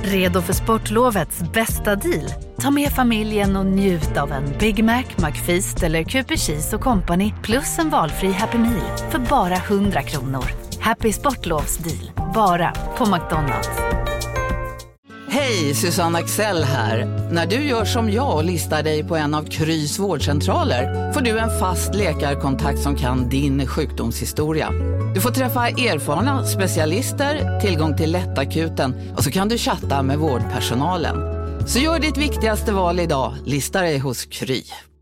Redo för sportlovets bästa deal? Ta med familjen och njut av en Big Mac, McFeast eller Cooper Cheese och Company plus en valfri Happy Meal för bara 100 kronor. Happy Sportlovs deal, bara på McDonald's. Hej, Susanne Axel här. När du gör som jag och listar dig på en av Krys vårdcentraler får du en fast läkarkontakt som kan din sjukdomshistoria. Du får träffa erfarna specialister, tillgång till lättakuten och så kan du chatta med vårdpersonalen. Så gör ditt viktigaste val idag, lista dig hos Kry.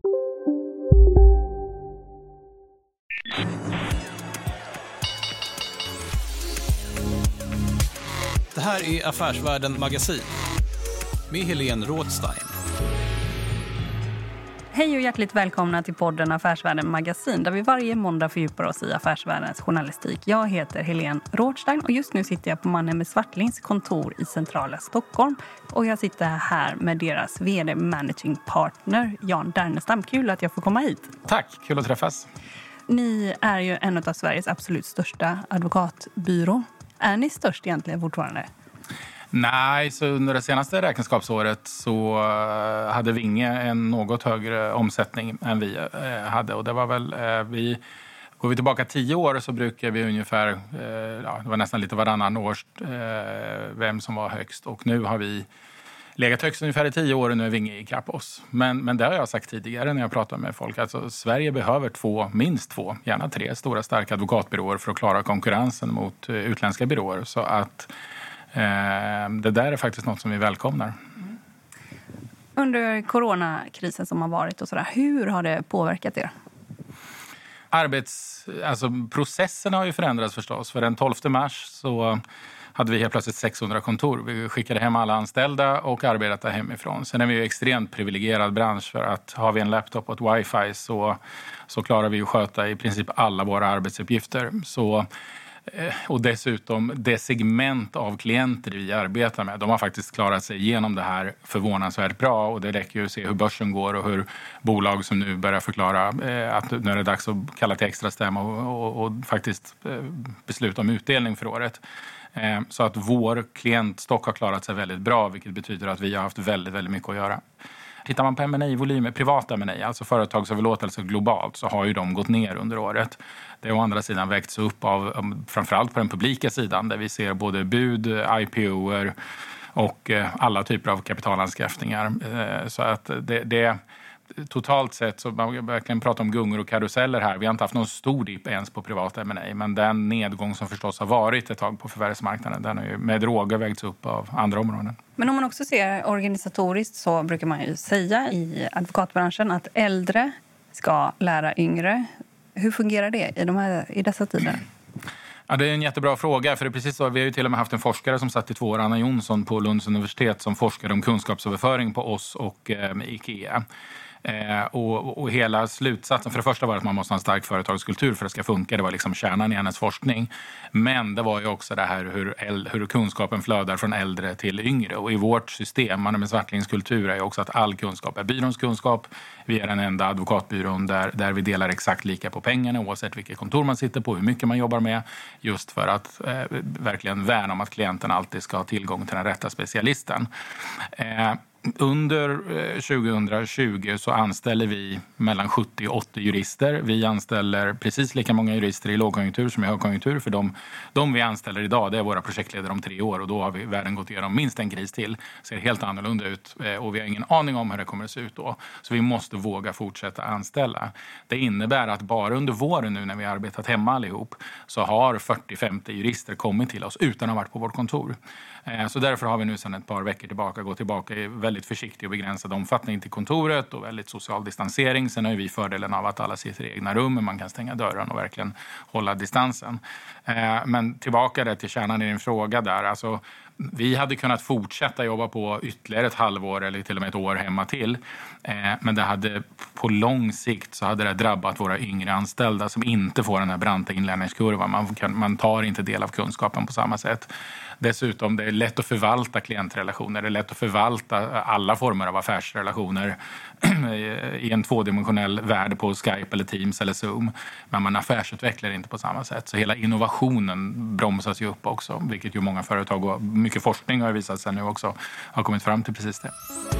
Det här är Affärsvärlden Magasin med Helene Rådstein. Hej och hjärtligt välkomna till podden Affärsvärlden Magasin där vi varje måndag fördjupar oss i affärsvärldens journalistik. Jag heter Helene Rådstein och just nu sitter jag på Mannheimer Swartlings kontor i centrala Stockholm. Och jag sitter här med deras vd Managing Partner Jan Dernestam. Kul att jag får komma hit. Tack, kul att träffas. Ni är ju en av Sveriges absolut största advokatbyrå. Är ni störst egentligen fortfarande? Nej, så under det senaste räkenskapsåret så hade Vinge en något högre omsättning än vi hade. Och det var väl, går vi tillbaka 10 år så brukar vi ungefär, det var nästan lite varannan års vem som var högst. Och nu har vi legat högst ungefär i 10 år och nu är Vinge ikapp oss. Men det har jag sagt tidigare när jag pratar med folk. Alltså Sverige behöver minst två, gärna 3 stora starka advokatbyråer för att klara konkurrensen mot utländska byråer. Så att det där är faktiskt något som vi välkomnar. Under coronakrisen som har varit och sådär, hur har det påverkat er? Processerna har ju förändrats förstås. För den 12 mars så hade vi helt plötsligt 600 kontor. Vi skickade hem alla anställda och arbetade hemifrån. Sen är vi ju extremt privilegierad bransch för att har vi en laptop och ett wifi så klarar vi ju sköta i princip alla våra arbetsuppgifter. Och dessutom det segment av klienter vi arbetar med, de har faktiskt klarat sig igenom det här förvånansvärt bra. Och det räcker ju att se hur börsen går och hur bolag som nu börjar förklara att nu är det dags att kalla till extra stämma och faktiskt besluta om utdelning för året. Så att vår klientstock har klarat sig väldigt bra, vilket betyder att vi har haft väldigt, väldigt mycket att göra. Tittar man på M&A-volymer, privata M&A, alltså företagsöverlåtelser globalt, så har ju de gått ner under året. Det har å andra sidan väckts upp av framförallt på den publika sidan där vi ser både bud, IPO:er och alla typer av kapitalanskaffningar. Så att det totalt sett så man verkligen pratar om gungor och karuseller här. Vi har inte haft någon stor dipp ens på privata M&A, men den nedgång som förstås har varit ett tag på förvärvsmarknaden, den har ju med råge vägts upp av andra områden. Men om man också ser organisatoriskt så brukar man ju säga i advokatbranschen att äldre ska lära yngre. Hur fungerar det i dessa tider? Ja, det är en jättebra fråga, för det är precis så. Vi har ju till och med haft en forskare som satt i 2 år, Anna Jonsson på Lunds universitet, som forskade om kunskapsöverföring på oss och IKEA. Och hela slutsatsen, för det första var att man måste ha en stark företagskultur för att det ska funka. Det var liksom kärnan i hennes forskning. Men det var ju också det här hur kunskapen flödar från äldre till yngre. Och i vårt system, Mannheimer Swartlings kultur, är ju också att all kunskap är byråns kunskap. Vi är den enda advokatbyrån där vi delar exakt lika på pengarna oavsett vilket kontor man sitter på, hur mycket man jobbar med. Just för att verkligen värna om att klienten alltid ska ha tillgång till den rätta specialisten. Under 2020 så anställer vi mellan 70 och 80 jurister. Vi anställer precis lika många jurister i lågkonjunktur som i högkonjunktur. För de vi anställer idag, det är våra projektledare om 3 år. Och då har världen gått igenom minst en kris till. Ser helt annorlunda ut och vi har ingen aning om hur det kommer att se ut då. Så vi måste våga fortsätta anställa. Det innebär att bara under våren nu när vi har arbetat hemma allihop så har 40-50 jurister kommit till oss utan att ha varit på vårt kontor. Så därför har vi nu sedan ett par veckor gått tillbaka i väldigt försiktig och begränsad omfattning till kontoret och väldigt social distansering. Sen har vi fördelen av att alla sitter i egna rum, men man kan stänga dörren och verkligen hålla distansen. Men tillbaka till kärnan i din fråga där. Alltså, vi hade kunnat fortsätta jobba på ytterligare ett halvår eller till och med ett år hemma till. Men det hade på lång sikt så hade det drabbat våra yngre anställda som inte får den här branta inlärningskurvan. Man tar inte del av kunskapen på samma sätt. Dessutom, det är lätt att förvalta klientrelationer. Det är lätt att förvalta alla former av affärsrelationer i en tvådimensionell värld på Skype eller Teams eller Zoom. Men man affärsutvecklar inte på samma sätt. Så hela innovationen bromsas ju upp också, vilket ju många företag går mycket forskning har visat sig nu också har kommit fram till precis det.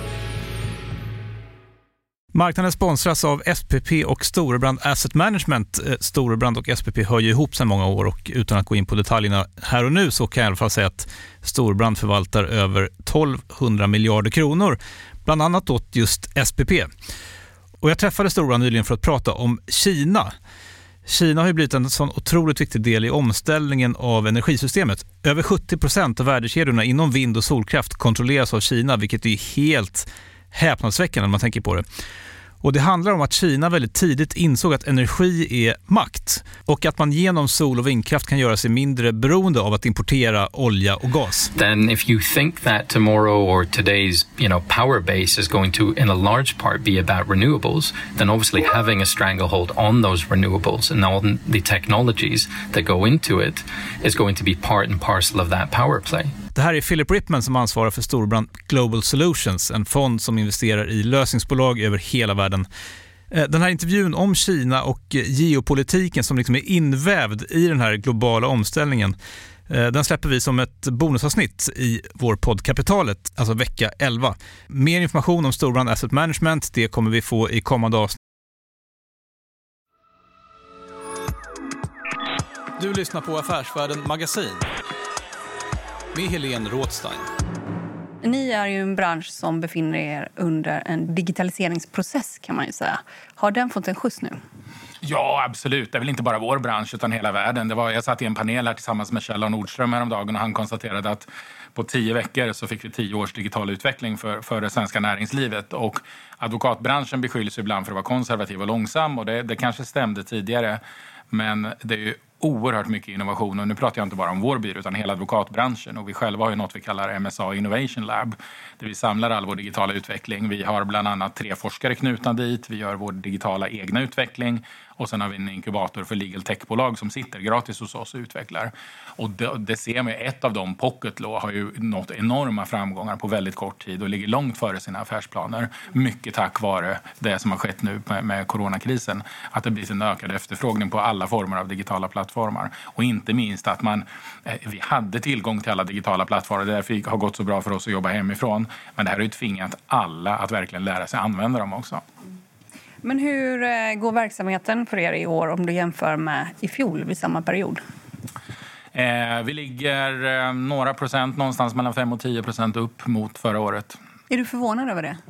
Marknaden sponsras av SPP och Storebrand Asset Management. Storebrand och SPP hör ju ihop sedan många år och utan att gå in på detaljerna här och nu så kan jag i alla fall säga att Storebrand förvaltar över 1200 miljarder kronor, bland annat åt just SPP. Och jag träffade Storebrand nyligen för att prata om Kina. Kina har ju blivit en sån otroligt viktig del i omställningen av energisystemet. Över 70% av värdekedjorna inom vind- och solkraft kontrolleras av Kina, vilket är helt häpnadsväckande när man tänker på det. Och det handlar om att Kina väldigt tidigt insåg att energi är makt och att man genom sol- och vindkraft kan göra sig mindre beroende av att importera olja och gas. Then if you think that tomorrow or today's, power base is going to in a large part be about renewables, then obviously having a stranglehold on those renewables and all the technologies that go into it is going to be part and parcel of that power play. Det här är Philip Ripman som ansvarar för Storebrand Global Solutions, en fond som investerar i lösningsbolag över hela världen. Den här intervjun om Kina och geopolitiken som liksom är invävd i den här globala omställningen, den släpper vi som ett bonusavsnitt i vår podd Kapitalet, alltså vecka 11. Mer information om Storebrand Asset Management, det kommer vi få i kommande avsnitt. Du lyssnar på Affärsvärlden Magasin med Helene Rådstein. Ni är ju en bransch som befinner er under en digitaliseringsprocess kan man ju säga. Har den fått en skjuts nu? Ja, absolut. Det är väl inte bara vår bransch utan hela världen. Jag satt i en panel här tillsammans med Kjell Nordström häromdagen och han konstaterade att på 10 veckor så fick vi 10 års digital utveckling för det svenska näringslivet. Och advokatbranschen beskylls ibland för att vara konservativ och långsam och det kanske stämde tidigare. Men det är ju oerhört mycket innovation och nu pratar jag inte bara om vår byrå utan hela advokatbranschen och vi själva har ju något vi kallar MSA Innovation Lab där vi samlar all vår digitala utveckling. Vi har bland annat 3 forskare knutna dit, vi gör vår digitala egna utveckling och sen har vi en inkubator för legal techbolag som sitter gratis hos oss och utvecklar. Och det ser man, ett av dem, Pocket Law, har ju nått enorma framgångar på väldigt kort tid och ligger långt före sina affärsplaner. Mycket tack vare det som har skett nu med coronakrisen. Att det blir en ökad efterfrågan på alla former av digitala plattformar. Och inte minst att vi hade tillgång till alla digitala plattformar. Därför har gått så bra för oss att jobba hemifrån. Men det här har ju tvingat alla att verkligen lära sig använda dem också. Men hur går verksamheten för er i år om du jämför med i fjol vid samma period? Vi ligger några procent, någonstans mellan 5 och 10% upp mot förra året. Är du förvånad över det?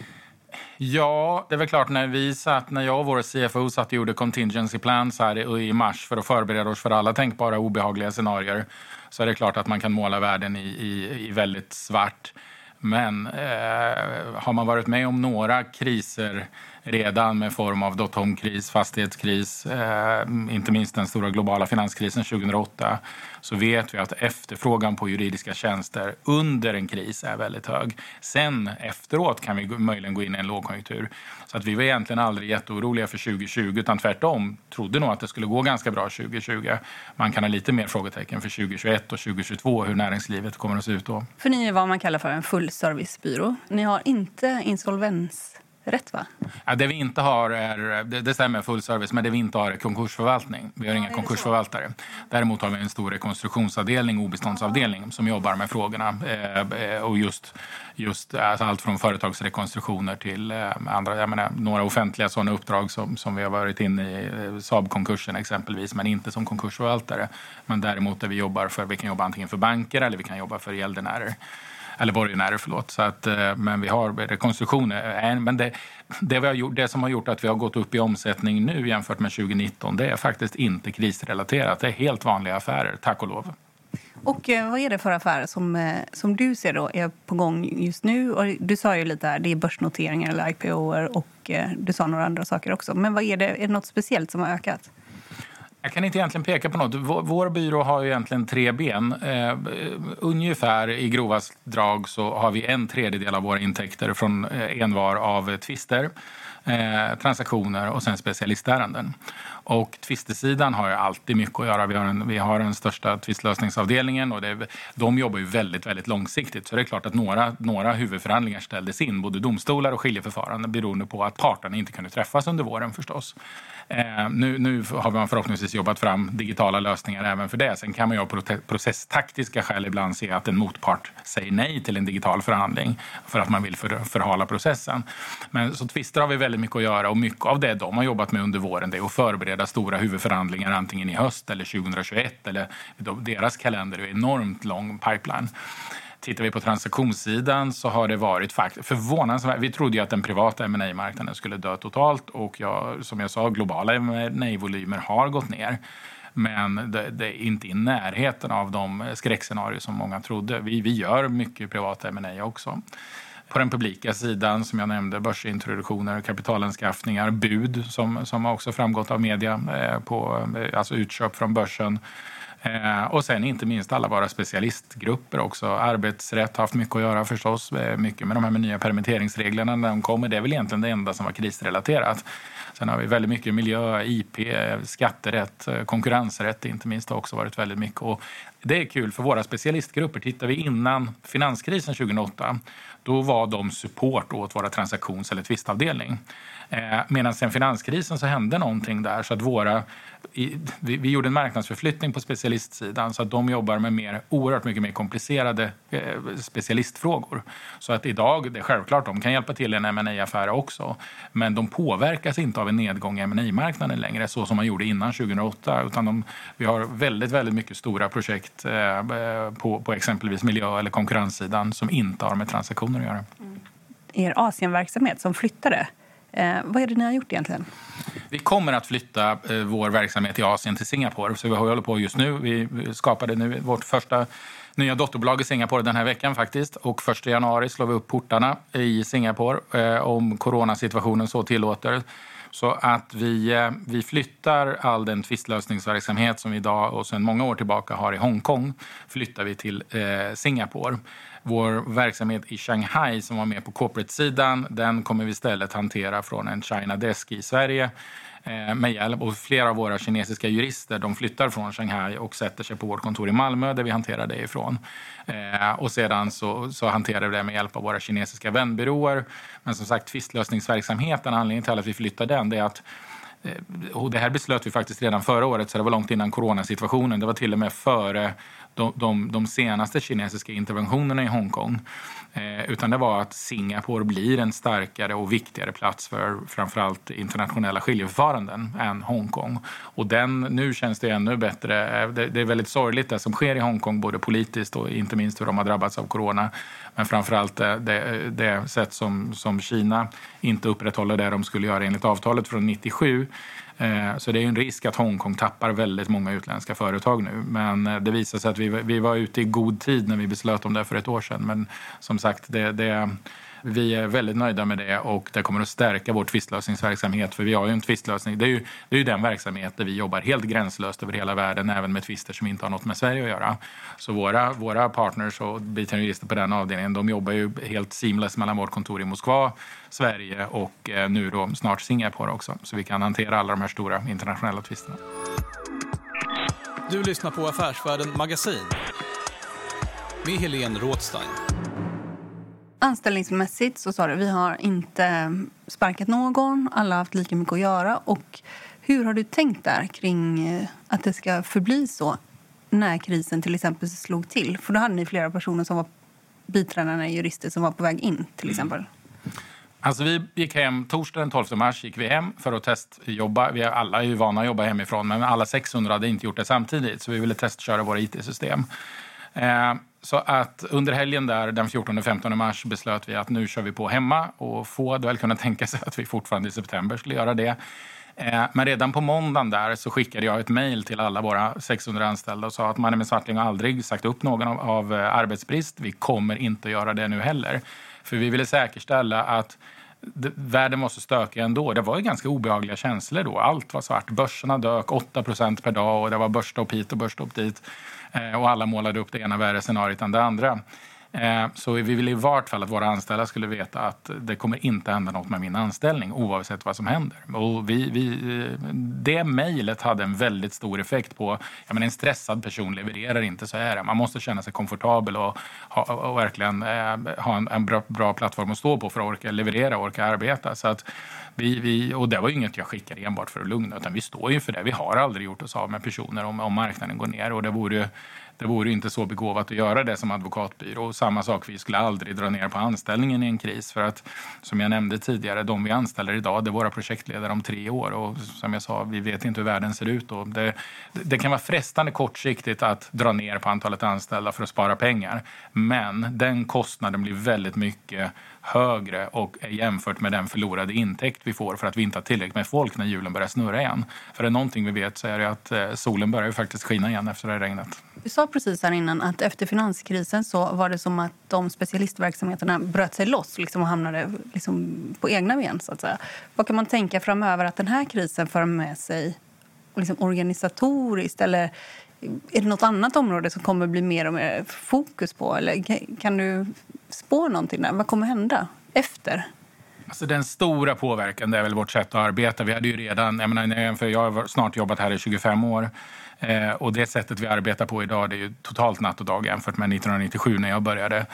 Ja, det är väl klart när jag och vår CFO satt och gjorde contingency plans här i mars för att förbereda oss för alla tänkbara obehagliga scenarier så är det klart att man kan måla världen i väldigt svart. Men har man varit med om några kriser redan med form av dotcom-kris, fastighetskris, inte minst den stora globala finanskrisen 2008, så vet vi att efterfrågan på juridiska tjänster under en kris är väldigt hög. Sen efteråt kan vi möjligen gå in i en lågkonjunktur. Så att vi var egentligen aldrig jätteoroliga för 2020 utan tvärtom trodde nog att det skulle gå ganska bra 2020. Man kan ha lite mer frågetecken för 2021 och 2022 hur näringslivet kommer att se ut då. För ni är vad man kallar för en fullservicebyrå. Ni har inte insolvens. Rätt, va? Ja, det vi inte har det stämmer full service, men det vi inte har är konkursförvaltning. Vi har inga konkursförvaltare. Däremot har vi en stor rekonstruktionsavdelning, obeståndsavdelning som jobbar med frågorna och just alltså allt från företagsrekonstruktioner till andra, jag menar, några offentliga sådana uppdrag som vi har varit inne i, Saab-konkursen exempelvis, men inte som konkursförvaltare. Men däremot där vi jobbar vi kan jobba antingen för banker eller vi kan jobba för gäldenärer. Eller borgenärer, förlåt. Så att, men vi har rekonstruktioner. Men det som har gjort att vi har gått upp i omsättning nu jämfört med 2019, det är faktiskt inte krisrelaterat. Det är helt vanliga affärer, tack och lov. Och vad är det för affärer som du ser då är på gång just nu? Och du sa ju lite här, det är börsnoteringar eller IPO:er och du sa några andra saker också. Men vad är det något speciellt som har ökat? Jag kan inte egentligen peka på något. Vår byrå har ju egentligen 3 ben. Ungefär i grova drag så har vi 1/3 av våra intäkter från envar av tvister, transaktioner och sen specialistärenden. Och tvistesidan har ju alltid mycket att göra. Vi har den största tvistlösningsavdelningen och de jobbar ju väldigt, väldigt långsiktigt. Så det är klart att några huvudförhandlingar ställdes in, både domstolar och skiljeförfarande, beroende på att parterna inte kunde träffas under våren förstås. Nu har man förhoppningsvis jobbat fram digitala lösningar även för det. Sen kan man ju av processtaktiska skäl ibland se att en motpart säger nej till en digital förhandling för att man vill förhala processen. Men så tvister har vi väldigt mycket att göra, och mycket av det de har jobbat med under våren, det är att förbereda stora huvudförhandlingar antingen i höst eller 2021, eller deras kalender är enormt lång pipeline. Tittar vi på transaktionssidan så har det varit förvånansvärt. Vi trodde ju att den privata M&A-marknaden skulle dö totalt, och som jag sa, globala M&A-volymer har gått ner. Men det är inte i närheten av de skräckscenarier som många trodde. Vi gör mycket privata M&A också. På den publika sidan, som jag nämnde, börsintroduktioner, kapitalanskaffningar, bud som har också framgått av media, alltså utköp från börsen. Och sen inte minst alla våra specialistgrupper också. Arbetsrätt har haft mycket att göra förstås. Mycket med de här nya permitteringsreglerna när de kommer. Det är väl egentligen det enda som var krisrelaterat. Sen har vi väldigt mycket miljö, IP, skatterätt, konkurrensrätt inte minst har också varit väldigt mycket. Och det är kul för våra specialistgrupper. Tittar vi innan finanskrisen 2008, då var de support åt våra transaktions- eller tvistavdelning. Medan sen finanskrisen så hände någonting där, så att vi gjorde en marknadsförflyttning på specialistsidan, så att de jobbar med oerhört mycket mer komplicerade specialistfrågor. Så att idag, det är självklart, de kan hjälpa till i en M&A-affär också, men de påverkas inte av en nedgång i M&A-marknaden längre så som man gjorde innan 2008, utan vi har väldigt, väldigt mycket stora projekt på exempelvis miljö- eller konkurrenssidan som inte har med transaktioner att göra. Er Asienverksamhet som flyttade, vad är det ni har gjort egentligen? Vi kommer att flytta vår verksamhet i Asien till Singapore. Så vi håller på just nu. Vi skapade nu vårt första nya dotterbolag i Singapore den här veckan faktiskt. Och 1 januari slår vi upp portarna i Singapore om coronasituationen så tillåter. Så att vi flyttar all den tvistlösningsverksamhet som vi idag och sedan många år tillbaka har i Hongkong, flyttar vi till Singapore. Vår verksamhet i Shanghai som var med på corporate-sidan, den kommer vi istället hantera från en China Desk i Sverige med hjälp. Och flera av våra kinesiska jurister, de flyttar från Shanghai och sätter sig på vårt kontor i Malmö där vi hanterar det ifrån. Och sedan så hanterar vi det med hjälp av våra kinesiska vänbyråer. Men som sagt, tvistlösningsverksamheten, anledningen till att vi flyttar den, det är att, och det här beslöt vi faktiskt redan förra året, så det var långt innan coronasituationen. Det var till och med före de senaste kinesiska interventionerna i Hongkong. Utan det var att Singapore blir en starkare och viktigare plats för framförallt internationella skiljeförfaranden än Hongkong. Och nu känns det ännu bättre. Det är väldigt sorgligt det som sker i Hongkong, både politiskt och inte minst hur de har drabbats av corona. Men framförallt det sätt som Kina inte upprätthåller det de skulle göra enligt avtalet från 97. Så det är en risk att Hongkong tappar väldigt många utländska företag nu. Men det visar sig att vi var ute i god tid när vi beslöt om det för ett år sedan. Men som sagt, vi är väldigt nöjda med det, och det kommer att stärka vår tvistlösningsverksamhet. För vi har ju en tvistlösning. Det är ju den verksamhet där vi jobbar helt gränslöst över hela världen, även med tvister som inte har något med Sverige att göra. Så våra partners och biträdande jurister på den avdelningen, de jobbar ju helt seamless mellan vårt kontor i Moskva, Sverige och nu då snart Singapore också. Så vi kan hantera alla de här stora internationella tvisterna. Du lyssnar på Affärsvärlden Magasin med Helene Rådstein. Anställningsmässigt så sa du, vi har inte sparkat någon, alla har haft lika mycket att göra. Och hur har du tänkt där kring att det ska förbli så när krisen till exempel slog till? För då hade ni flera personer som var biträdande jurister som var på väg in till exempel. Alltså vi gick hem torsdag den 12 mars gick vi hem för att testjobba. Vi alla är ju vana att jobba hemifrån, men alla 600 hade inte gjort det samtidigt, så vi ville testköra våra IT-system. Så att under helgen där, den 14-15 mars, beslöt vi att nu kör vi på hemma, och få väl kunna tänka sig att vi fortfarande i september skulle göra det. Men redan på måndagen där så skickade jag ett mejl till alla våra 600 anställda och sa att Manne med Swartling har aldrig sagt upp någon av arbetsbrist. Vi kommer inte att göra det nu heller. För vi ville säkerställa att världen var så stökig ändå. Det var ju ganska obehagliga känslor då. Allt var svart. Börserna dök 8% per dag, och det var börsstopp hit och börsstopp dit. Och alla målade upp det ena värre scenariot än det andra. Så vi vill i vart fall att våra anställda skulle veta att det kommer inte hända något med min anställning oavsett vad som händer. Och det mejlet hade en väldigt stor effekt på, en stressad person levererar inte, så är det. Man måste känna sig komfortabel och verkligen ha en bra plattform att stå på för att orka leverera och orka arbeta. Så att och det var ju inget jag skickade enbart för att lugna, utan vi står ju för det. Vi har aldrig gjort oss av med personer om marknaden går ner, och det vore inte så begåvat att göra det som advokatbyrå. Och samma sak, vi skulle aldrig dra ner på anställningen i en kris, för att som jag nämnde tidigare, de vi anställer idag, det är våra projektledare om 3 år, och som jag sa, vi vet inte hur världen ser ut. Och det kan vara frestande kortsiktigt att dra ner på antalet anställda för att spara pengar, men den kostnaden blir väldigt mycket högre och jämfört med den förlorade intäkt vi får för att vi inte har tillräckligt med folk när hjulen börjar snurra igen. För det är någonting vi vet, så är det att solen börjar ju faktiskt skina igen efter det regnet. Du sa precis här innan att efter finanskrisen så var det som att de specialistverksamheterna bröt sig loss och hamnade på egna ben, så att säga. Vad kan man tänka framöver att den här krisen för med sig organisatoriskt, eller är det något annat område som kommer bli mer och mer fokus på? Eller kan du spå någonting där? Vad kommer hända efter? Alltså den stora påverkan, det är väl vårt sätt att arbeta. Vi hade ju redan, jag har snart jobbat här i 25 år. Och det sättet vi arbetar på idag, det är ju totalt natt och dag jämfört med 1997 när jag började.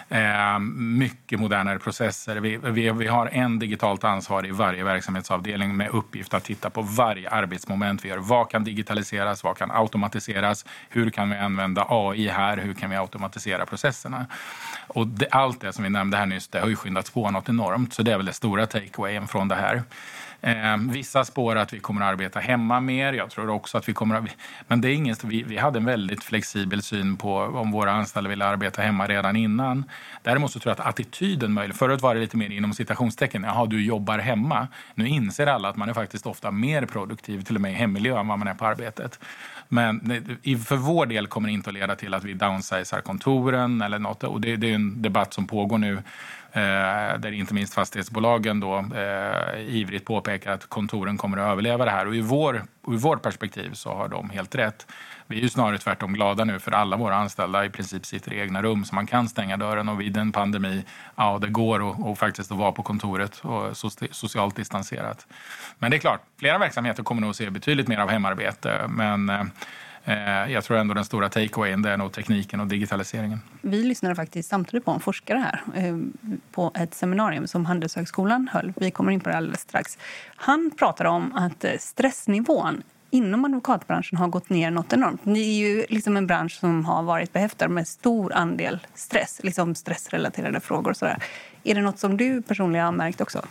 Mycket modernare processer. Vi har en digitalt ansvar i varje verksamhetsavdelning med uppgift att titta på varje arbetsmoment vi gör. Vad kan digitaliseras? Vad kan automatiseras? Hur kan vi använda AI här? Hur kan vi automatisera processerna? Och allt det som vi nämnde här nyss, det har ju skyndats på något enormt. Så det är väl det stora takeawayen från det här. Vissa spår att vi kommer att arbeta hemma mer. Jag tror också att vi kommer att... Men det är inget... Vi hade en väldigt flexibel syn på om våra anställda ville arbeta hemma redan innan. Däremot så tror jag att attityden möjligt. Förut var det lite mer inom citationstecken. Jaha, du jobbar hemma. Nu inser alla att man är faktiskt ofta mer produktiv, till och med i hemmiljö, än vad man är på arbetet. Men för vår del kommer det inte att leda till att vi downsizar kontoren eller något. Och det är en debatt som pågår nu. Där inte minst fastighetsbolagen då ivrigt påpekar att kontoren kommer att överleva det här. Och ur vårt perspektiv så har de helt rätt. Vi är ju snarare tvärtom glada nu, för alla våra anställda i princip sitter i egna rum, så man kan stänga dörren, och vid en pandemi, det går och faktiskt att vara på kontoret och socialt distanserat. Men det är klart, flera verksamheter kommer nog att se betydligt mer av hemarbete, men jag tror ändå den stora takeawayen, det är nog tekniken och digitaliseringen. Vi lyssnade faktiskt samtidigt på en forskare här på ett seminarium som Handelshögskolan höll. Vi kommer in på det alldeles strax. Han pratade om att stressnivån inom advokatbranschen har gått ner något enormt. Det är ju en bransch som har varit behäftad med stor andel stress, stressrelaterade frågor och sådär. Är det något som du personligen har märkt också?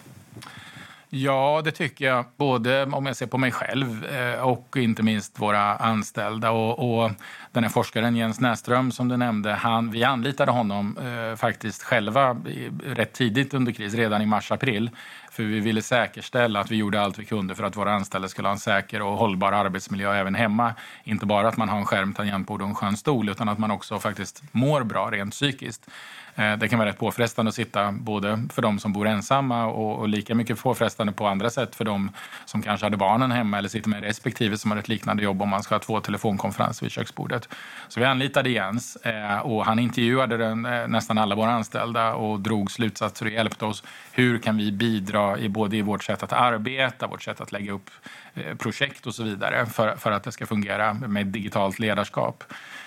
Ja, det tycker jag. Både om jag ser på mig själv och inte minst våra anställda. Och den här forskaren Jens Näström som du nämnde, vi anlitade honom faktiskt själva rätt tidigt under kris, redan i mars-april. För vi ville säkerställa att vi gjorde allt vi kunde för att våra anställda skulle ha en säker och hållbar arbetsmiljö även hemma. Inte bara att man har en skärm, tangentbord och en skön stol, utan att man också faktiskt mår bra rent psykiskt. Det kan vara rätt påfrestande att sitta både för de som bor ensamma och lika mycket påfrestande på andra sätt för de som kanske hade barnen hemma eller sitter med respektive som har ett liknande jobb om man ska ha 2 telefonkonferenser vid köksbordet. Så vi anlitade Jens och han intervjuade nästan alla våra anställda och drog slutsatser och hjälpte oss. Hur kan vi bidra både i vårt sätt att arbeta, vårt sätt att lägga upp projekt och så vidare för att det ska fungera med digitalt ledarskap.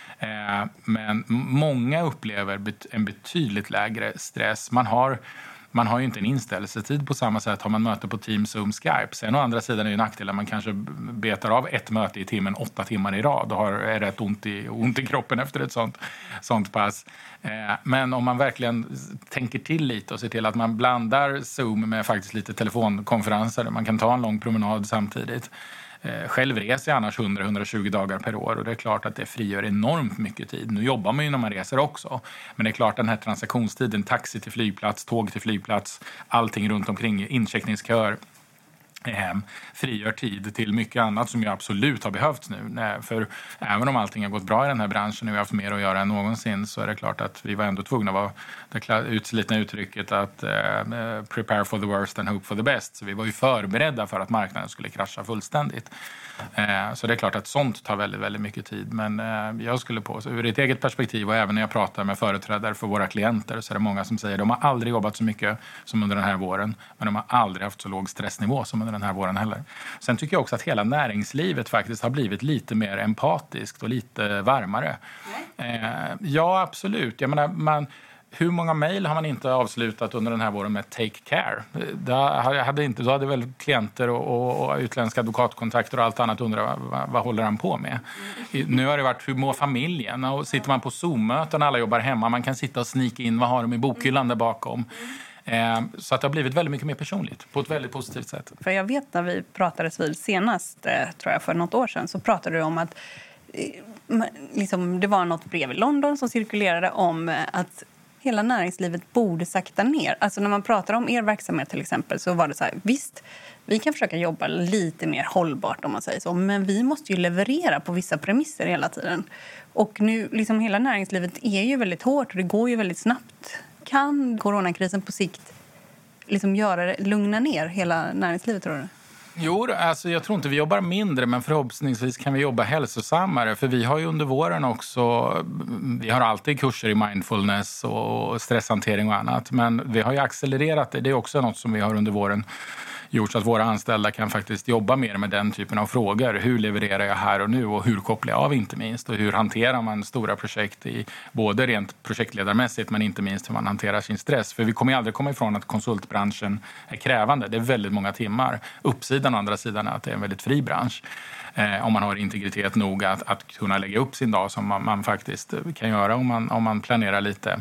Men många upplever en betydligt lägre stress. Man har ju inte en inställelsetid på samma sätt. Har man möte på Teams, Zoom, Skype. Sen å andra sidan är det ju nackdel att man kanske betar av ett möte i timmen 8 timmar i rad och är rätt ont i kroppen efter ett sånt pass. Men om man verkligen tänker till lite och ser till att man blandar Zoom med faktiskt lite telefonkonferenser. Man kan ta en lång promenad samtidigt. Själv reser jag annars 100-120 dagar per år och det är klart att det frigör enormt mycket tid. Nu jobbar man ju när man reser också. Men det är klart att den här transaktionstiden, taxi till flygplats, tåg till flygplats, allting runt omkring, incheckningsköer. frigör tid till mycket annat som ju absolut har behövts nu. För även om allting har gått bra i den här branschen och vi har haft mer att göra än någonsin, så är det klart att vi var ändå tvungna att vara det utslitna uttrycket att prepare for the worst and hope for the best. Så vi var ju förberedda för att marknaden skulle krascha fullständigt. Så det är klart att sånt tar väldigt, väldigt mycket tid. Men jag skulle på, ur ett eget perspektiv och även när jag pratar med företrädare för våra klienter, så är det många som säger att de har aldrig jobbat så mycket som under den här våren, men de har aldrig haft så låg stressnivå som under den här våren heller. Sen tycker jag också att hela näringslivet faktiskt har blivit lite mer empatiskt och lite varmare. Ja, absolut. Jag menar, hur många mejl har man inte avslutat under den här våren med take care? Då hade väl klienter och utländska advokatkontakter och allt annat undrat vad håller han på med? Nu har det varit hur mår familjen? Och sitter man på Zoom-möten och alla jobbar hemma, man kan sitta och snika in vad har de i bokhyllan där bakom. Så att det har blivit väldigt mycket mer personligt på ett väldigt positivt sätt. För jag vet när vi pratades vid senast, tror jag för något år sedan, så pratade du om att liksom, det var något brev i London som cirkulerade om att hela näringslivet borde sakta ner. Alltså när man pratar om er verksamhet till exempel, så var det så här, visst, vi kan försöka jobba lite mer hållbart om man säger så, men vi måste ju leverera på vissa premisser hela tiden. Och nu, liksom hela näringslivet är ju väldigt hårt och det går ju väldigt snabbt. Kan coronakrisen på sikt liksom lugna ner hela näringslivet, tror du? Jo, alltså jag tror inte vi jobbar mindre, men förhoppningsvis kan vi jobba hälsosammare. För vi har ju under våren också, vi har alltid kurser i mindfulness och stresshantering och annat. Men vi har ju accelererat det. Det är också något som vi har under våren gjort så att våra anställda kan faktiskt jobba mer med den typen av frågor. Hur levererar jag här och nu och hur kopplar jag av inte minst? Och hur hanterar man stora projekt i både rent projektledarmässigt men inte minst hur man hanterar sin stress. För vi kommer ju aldrig komma ifrån att konsultbranschen är krävande. Det är väldigt många timmar. Uppsidan och andra sidan är att det är en väldigt fri bransch. Om man har integritet nog att kunna lägga upp sin dag som man faktiskt kan göra om man planerar lite.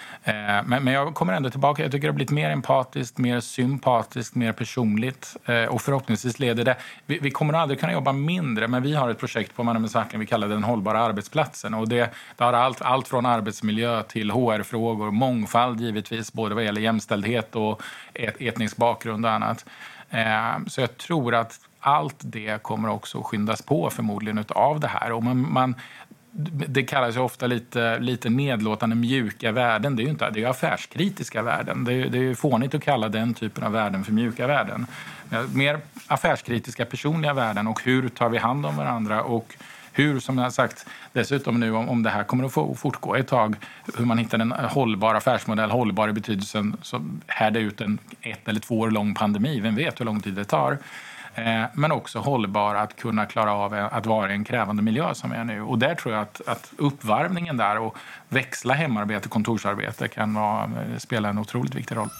Men jag kommer ändå tillbaka. Jag tycker det har blivit mer empatiskt, mer sympatiskt, mer personligt. Och förhoppningsvis leder det. Vi kommer aldrig kunna jobba mindre, men vi har ett projekt på Manne med Svartling vi kallar den hållbara arbetsplatsen. Och det har allt från arbetsmiljö till HR-frågor, mångfald givetvis, både vad gäller jämställdhet och etnisk bakgrund och annat. Så jag tror att allt det kommer också skyndas på förmodligen av det här. Och det kallas ju ofta lite nedlåtande mjuka värden. Det är ju inte, det är ju affärskritiska värden. Det är ju fånigt att kalla den typen av värden för mjuka värden. Mer affärskritiska personliga värden och hur tar vi hand om varandra och hur, som jag har sagt, dessutom nu om det här kommer att få fortgå ett tag, hur man hittar en hållbar affärsmodell, hållbar i betydelsen som härda ut en 1 eller 2 år lång pandemi. Vem vet hur lång tid det tar. Men också hållbar att kunna klara av att vara i en krävande miljö som är nu. Och där tror jag att uppvarvningen där och växla hemarbete, kontorsarbete kan spela en otroligt viktig roll.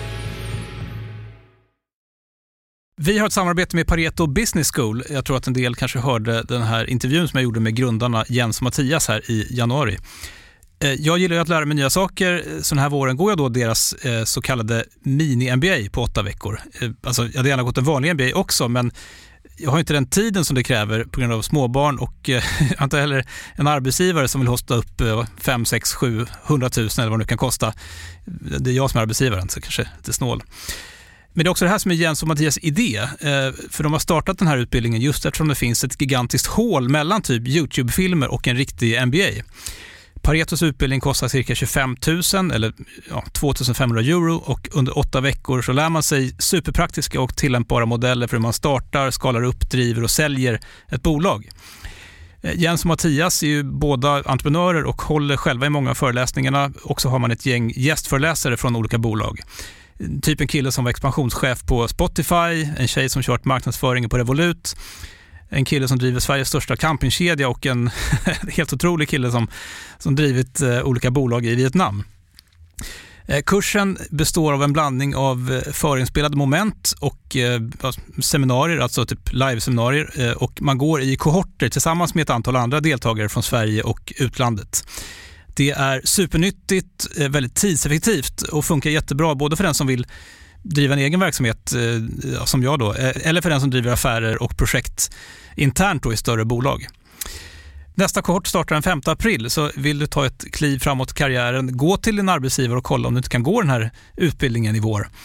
Vi har ett samarbete med Pareto Business School. Jag tror att en del kanske hörde den här intervjun som jag gjorde med grundarna Jens och Mattias här i januari. Jag gillar ju att lära mig nya saker. Så den här våren går jag då deras så kallade mini-MBA på 8 veckor. Alltså, jag hade gärna gått en vanlig MBA också, men jag har inte den tiden som det kräver på grund av småbarn och inte heller en arbetsgivare som vill hosta upp 5, 6, 7, 100 000 eller vad det kan kosta. Det är jag som är arbetsgivaren, så kanske lite snål. Men det är också det här som är Jens och Mattias idé. För de har startat den här utbildningen just eftersom det finns ett gigantiskt hål mellan typ YouTube-filmer och en riktig MBA. Paretos utbildning kostar cirka 25 000 eller 2 500 euro och under 8 veckor så lär man sig superpraktiska och tillämpbara modeller för hur man startar, skalar upp, driver och säljer ett bolag. Jens och Mattias är ju båda entreprenörer och håller själva i många av föreläsningarna. Och så har man ett gäng gästföreläsare från olika bolag. Typ en kille som var expansionschef på Spotify, en tjej som kört marknadsföringen på Revolut, en kille som driver Sveriges största campingkedja och en helt otrolig kille som drivit olika bolag i Vietnam. Kursen består av en blandning av förinspelade moment och seminarier, alltså typ live-seminarier, och man går i kohorter tillsammans med ett antal andra deltagare från Sverige och utlandet. Det är supernyttigt, väldigt tidseffektivt och funkar jättebra både för den som vill driva en egen verksamhet som jag då, eller för den som driver affärer och projekt internt då i större bolag. Nästa kohort startar den 5 april, så vill du ta ett kliv framåt i karriären, gå till din arbetsgivare och kolla om du inte kan gå den här utbildningen i vår.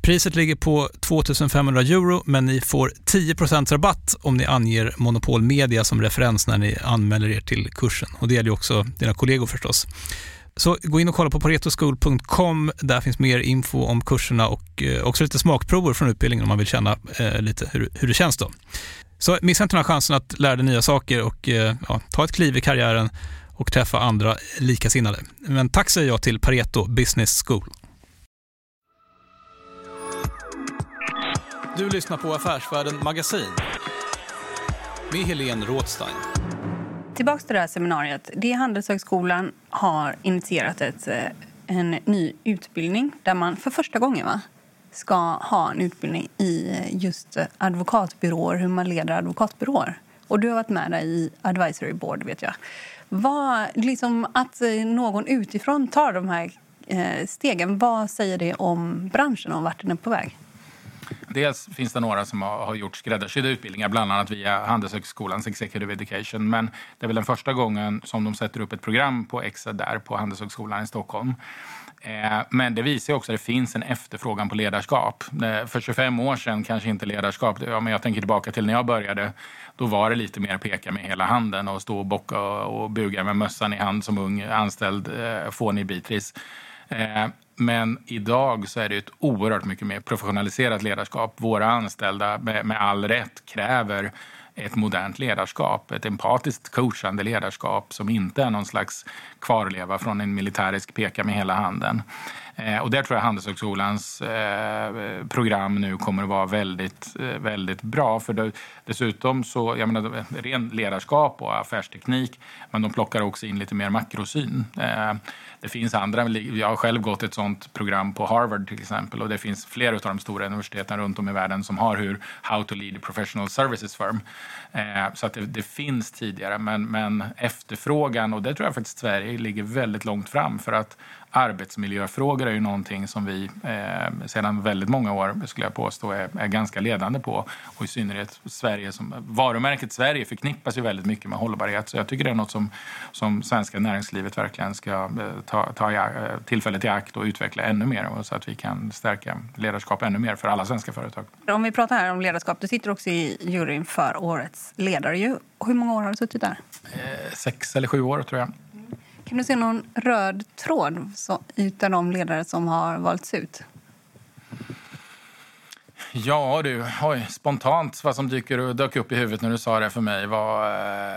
Priset ligger på 2500 euro, men ni får 10% rabatt om ni anger Monopol Media som referens när ni anmäler er till kursen. Och det gäller ju också dina kollegor förstås. Så gå in och kolla på paretoschool.com. Där finns mer info om kurserna och också lite smakprover från utbildningen om man vill känna lite hur det känns då. Så missa inte den här chansen att lära dig nya saker och ta ett kliv i karriären och träffa andra likasinnade. Men tack säger jag till Pareto Business School. Du lyssnar på Affärsvärlden Magasin med Helene Rådstein. Tillbaka till det här seminariet. Det Handelshögskolan har initierat en ny utbildning där man för första gången ska ha en utbildning i just advokatbyråer, hur man leder advokatbyråer. Och du har varit med där i advisory board, vet jag. Att någon utifrån tar de här stegen, vad säger det om branschen och vart den är på väg? Dels finns det några som har gjort skräddarsydda utbildningar, bland annat via Handelshögskolans Executive Education. Men det är väl den första gången som de sätter upp ett program på EXA där på Handelshögskolan i Stockholm. Men det visar också att det finns en efterfrågan på ledarskap. För 25 år sedan kanske inte ledarskap. Men jag tänker tillbaka till när jag började. Då var det lite mer peka med hela handen och stå och bocka och buga med mössan i hand som ung anställd fånig bitris. Men idag så är det ett oerhört mycket mer professionaliserat ledarskap. Våra anställda med all rätt kräver ett modernt ledarskap, ett empatiskt coachande ledarskap som inte är någon slags kvarleva från en militärisk peka med hela handen. Och där tror jag Handelshögskolans program nu kommer att vara väldigt, väldigt bra. För dessutom så, jag menar, ren ledarskap och affärsteknik, men de plockar också in lite mer makrosyn. Det finns andra, jag har själv gått ett sånt program på Harvard till exempel, och det finns flera av de stora universiteten runt om i världen som har How to lead a professional services firm. Så att det finns tidigare, men efterfrågan, och det tror jag faktiskt Sverige ligger väldigt långt fram, för att arbetsmiljöfrågor är ju någonting som vi sedan väldigt många år, skulle jag påstå, är ganska ledande på. Och i synnerhet Sverige, varumärket Sverige förknippas ju väldigt mycket med hållbarhet. Så jag tycker det är något som svenska näringslivet verkligen ska ta tillfället i akt och utveckla ännu mer, så att vi kan stärka ledarskap ännu mer för alla svenska företag. Om vi pratar här om ledarskap, du sitter också i juryn för årets ledare. Hur många år har du suttit där? 6 eller 7 år tror jag. Kan du se någon röd tråd utan de ledare som har valts ut? Ja du, spontant vad som dök upp i huvudet när du sa det för mig var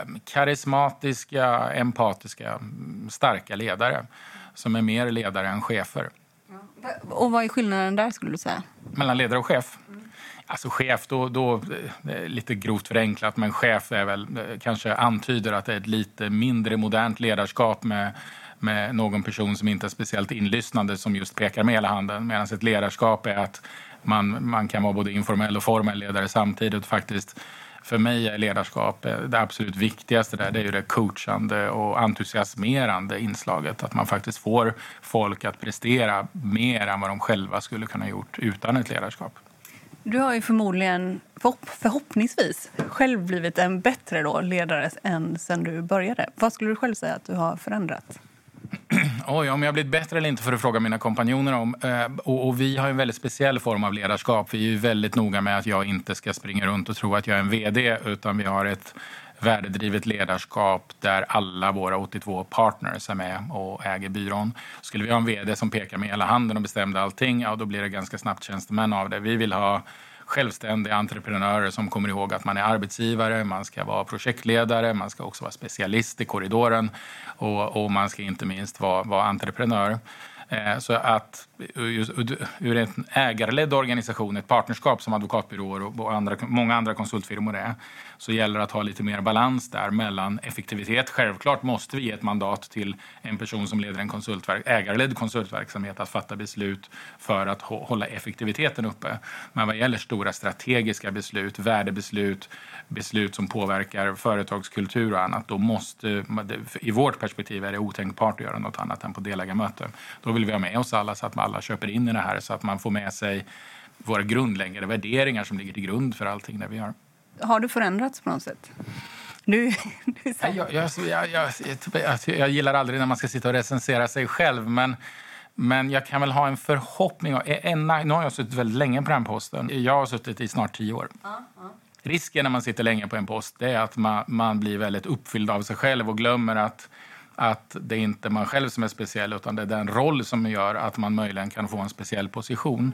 karismatiska, empatiska, starka ledare som är mer ledare än chefer. Och vad är skillnaden där, skulle du säga? Mellan ledare och chef? Alltså chef, då lite grovt förenklat, men chef är väl kanske antyder att det är ett lite mindre modernt ledarskap med någon person som inte är speciellt inlyssnande som just pekar med hela handen. Medan ett ledarskap är att man kan vara både informell och formell ledare samtidigt. Faktiskt, för mig är ledarskap det absolut viktigaste där. Det är ju det coachande och entusiasmerande inslaget. Att man faktiskt får folk att prestera mer än vad de själva skulle kunna gjort utan ett ledarskap. Du har ju förmodligen, förhoppningsvis, själv blivit en bättre ledare än sen du började. Vad skulle du själv säga att du har förändrat? Om jag har blivit bättre eller inte för att fråga mina kompanjoner om. Och vi har en väldigt speciell form av ledarskap. Vi är ju väldigt noga med att jag inte ska springa runt och tro att jag är en vd, utan vi har ett värdedrivet ledarskap där alla våra 82 partners är med och äger byrån. Skulle vi ha en vd som pekar med hela handen och bestämde allting, ja, då blir det ganska snabbt tjänstemän av det. Vi vill ha självständiga entreprenörer som kommer ihåg att man är arbetsgivare, man ska vara projektledare, man ska också vara specialist i korridoren och man ska inte minst vara entreprenör. Så att ur en ägarledd organisation, ett partnerskap som advokatbyråer och många andra konsultfirmor är, så gäller det att ha lite mer balans där mellan effektivitet. Självklart måste vi ge ett mandat till en person som leder en ägarledd konsultverksamhet att fatta beslut för att hålla effektiviteten uppe. Men vad gäller stora strategiska beslut, värdebeslut, beslut som påverkar företagskultur och annat, då måste, i vårt perspektiv är det otänkbart att göra något annat än på delägarmöte. Då vill vi ha med oss alla så att alla köper in i det här, så att man får med sig våra grundläggande värderingar som ligger till grund för allting det vi gör. Har du förändrats på något sätt? Jag gillar aldrig när man ska sitta och recensera sig själv, men Men jag kan väl ha en förhoppning. Nu har jag suttit väldigt länge på den posten. Jag har suttit i snart 10 år. Risken när man sitter länge på en post, det är att man blir väldigt uppfylld av sig själv och glömmer att det är inte man själv som är speciell, utan det är den roll som gör att man möjligen kan få en speciell position.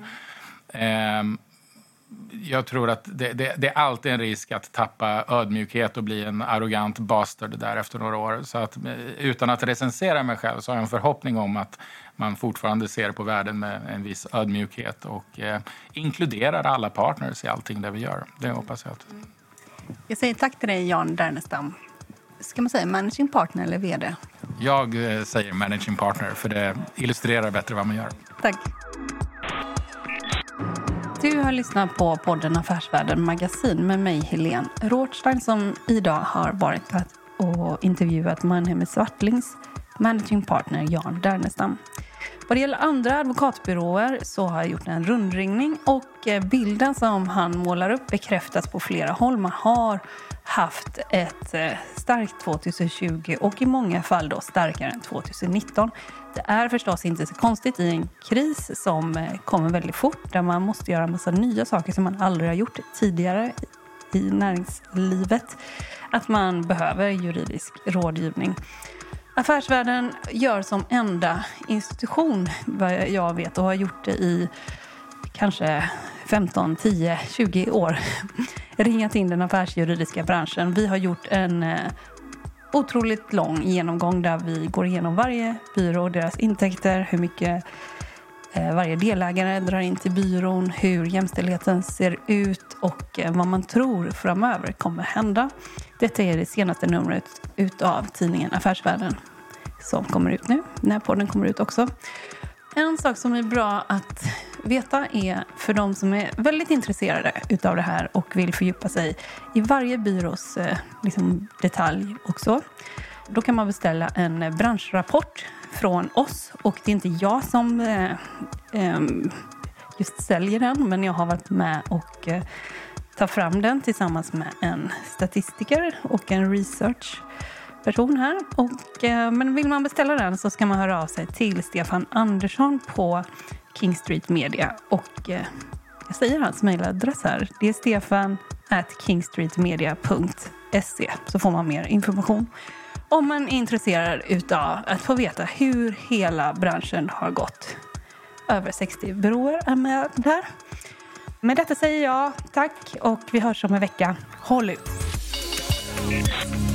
Jag tror att det är alltid en risk att tappa ödmjukhet och bli en arrogant bastard där efter några år. Så att, utan att recensera mig själv, så har jag en förhoppning om att man fortfarande ser på världen med en viss ödmjukhet och inkluderar alla partners i allting det vi gör. Det hoppas jag. Jag säger tack till dig, Jan Dernestam. Ska man säga managing partner eller vd? Jag säger managing partner, för det illustrerar bättre vad man gör. Tack. Du har lyssnat på podden Affärsvärlden Magasin med mig, Helene Rothstein, som idag har varit och intervjuat Mannheimer Swartlings managing partner Jan Dernestam. Vad det gäller andra advokatbyråer så har jag gjort en rundringning, och bilden som han målar upp bekräftas på flera håll. Man har haft ett starkt 2020 och i många fall då starkare än 2019. Det är förstås inte så konstigt i en kris som kommer väldigt fort, där man måste göra en massa nya saker som man aldrig har gjort tidigare i näringslivet, att man behöver juridisk rådgivning. Affärsvärlden gör som enda institution, vad jag vet, och har gjort det i kanske 15, 10, 20 år, ringat in den affärsjuridiska branschen. Vi har gjort en otroligt lång genomgång där vi går igenom varje byrå och deras intäkter, hur mycket varje delägare drar in till byrån, hur jämställdheten ser ut och vad man tror framöver kommer hända. Detta är det senaste numret utav tidningen Affärsvärlden som kommer ut nu, när podden kommer ut också. En sak som är bra att veta är för de som är väldigt intresserade utav det här och vill fördjupa sig i varje byrås detalj också. Då kan man beställa en branschrapport från oss, och det är inte jag som just säljer den, men jag har varit med och tar fram den tillsammans med en statistiker och en researchperson här. Men vill man beställa den så ska man höra av sig till Stefan Andersson på King Street Media, och jag säger hans mejladress här. Det är stefan@kingstreetmedia.se, så får man mer information om man är intresserad utav att få veta hur hela branschen har gått. Över 60 byråer är med där. Med detta säger jag tack, och vi hörs om en vecka. Håll ut!